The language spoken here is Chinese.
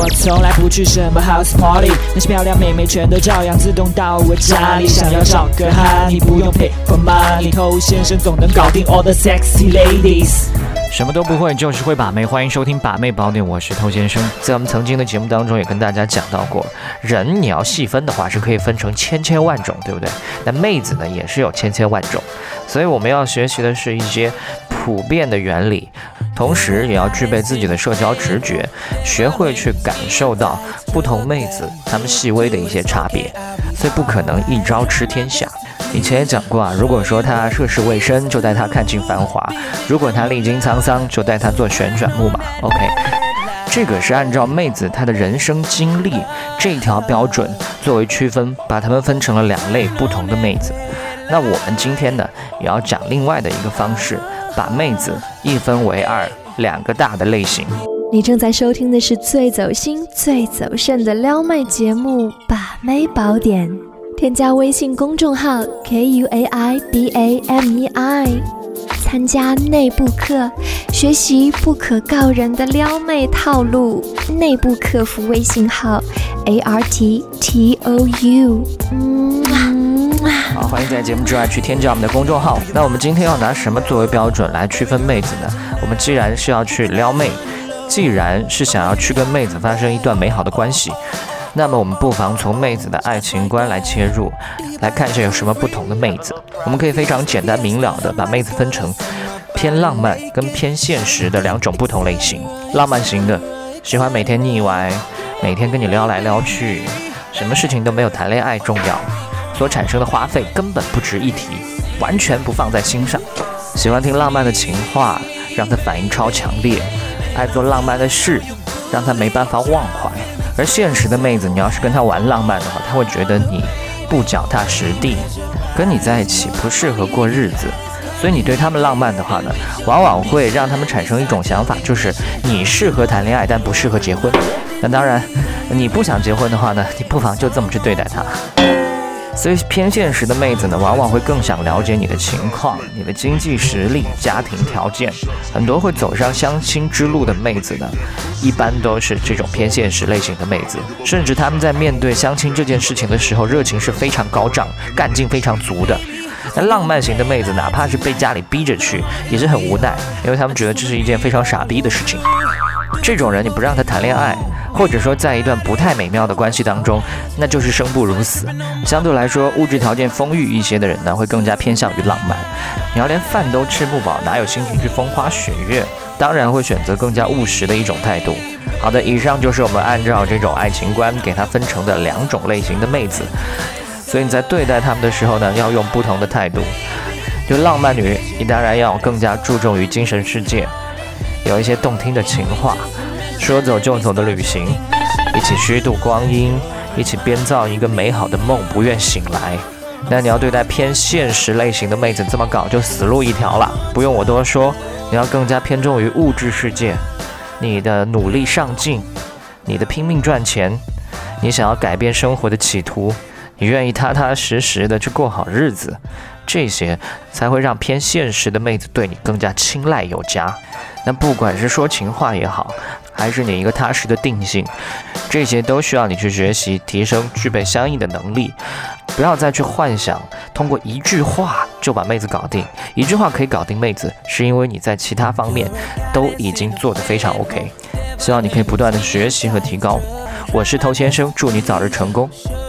我从来不去什么 house party， 那些漂亮妹妹全都照样自动到我家里。想要找个哈，你不用 pay for money， 偷先生总能搞定 all the sexy ladies。 什么都不会，就是会把妹。欢迎收听把妹宝典，我是偷先生。在我们曾经的节目当中，也跟大家讲到过，人你要细分的话，是可以分成千千万种，对不对？那妹子呢，也是有千千万种。所以我们要学习的是一些普遍的原理，同时也要具备自己的社交直觉，学会去感受到不同妹子她们细微的一些差别。所以不可能一招吃天下。以前也讲过啊，如果说他涉世未深，就带他看尽繁华；如果他历经沧桑，就带他做旋转木马。OK， 这个是按照妹子她的人生经历这条标准作为区分，把她们分成了2类不同的妹子。那我们今天呢，也要讲另外的一个方式，把妹子一分为2个大的类型。 你正在收听的是最走心、最走肾的撩妹节目《把妹宝典》。添加微信公众号 KUAIBAMEI， 参加内部课，学习不可告人的撩妹套路。内部客服微信号 ARTTOU。 好，欢迎在节目之外去添加我们的公众号。那我们今天要拿什么作为标准来区分妹子呢？我们既然是要去撩妹，既然是想要去跟妹子发生一段美好的关系，那么我们不妨从妹子的爱情观来切入，来看一下有什么不同的妹子。我们可以非常简单明了的把妹子分成偏浪漫跟偏现实的2种不同类型。浪漫型的，喜欢每天腻歪，每天跟你撩来撩去，什么事情都没有谈恋爱重要，所产生的花费根本不值一提，完全不放在心上。喜欢听浪漫的情话，让她反应超强烈，爱做浪漫的事，让她没办法忘怀。而现实的妹子，你要是跟她玩浪漫的话，她会觉得你不脚踏实地，跟你在一起不适合过日子。所以你对他们浪漫的话呢，往往会让他们产生一种想法，就是你适合谈恋爱，但不适合结婚。那当然，你不想结婚的话呢，你不妨就这么去对待她。所以偏现实的妹子呢，往往会更想了解你的情况、你的经济实力、家庭条件。很多会走上相亲之路的妹子呢，一般都是这种偏现实类型的妹子，甚至她们在面对相亲这件事情的时候，热情是非常高涨、干劲非常足的。那浪漫型的妹子，哪怕是被家里逼着去，也是很无奈，因为她们觉得这是一件非常傻逼的事情。这种人你不让他谈恋爱，或者说在一段不太美妙的关系当中，那就是生不如死。相对来说，物质条件丰裕一些的人呢，会更加偏向于浪漫。你要连饭都吃不饱，哪有心情去风花雪月？当然会选择更加务实的一种态度。好的，以上就是我们按照这种爱情观给它分成的2种类型的妹子。所以你在对待她们的时候呢，要用不同的态度。就浪漫女，你当然要更加注重于精神世界，有一些动听的情话，说走就走的旅行，一起虚度光阴，一起编造一个美好的梦，不愿醒来。那你要对待偏现实类型的妹子，这么搞就死路一条了。不用我多说，你要更加偏重于物质世界，你的努力上进，你的拼命赚钱，你想要改变生活的企图，你愿意踏踏实实的去过好日子，这些才会让偏现实的妹子对你更加青睐有加。那不管是说情话也好，还是你一个踏实的定性，这些都需要你去学习提升，具备相应的能力。不要再去幻想通过一句话就把妹子搞定。一句话可以搞定妹子，是因为你在其他方面都已经做得非常 OK。希望你可以不断的学习和提高。我是偷先生，祝你早日成功。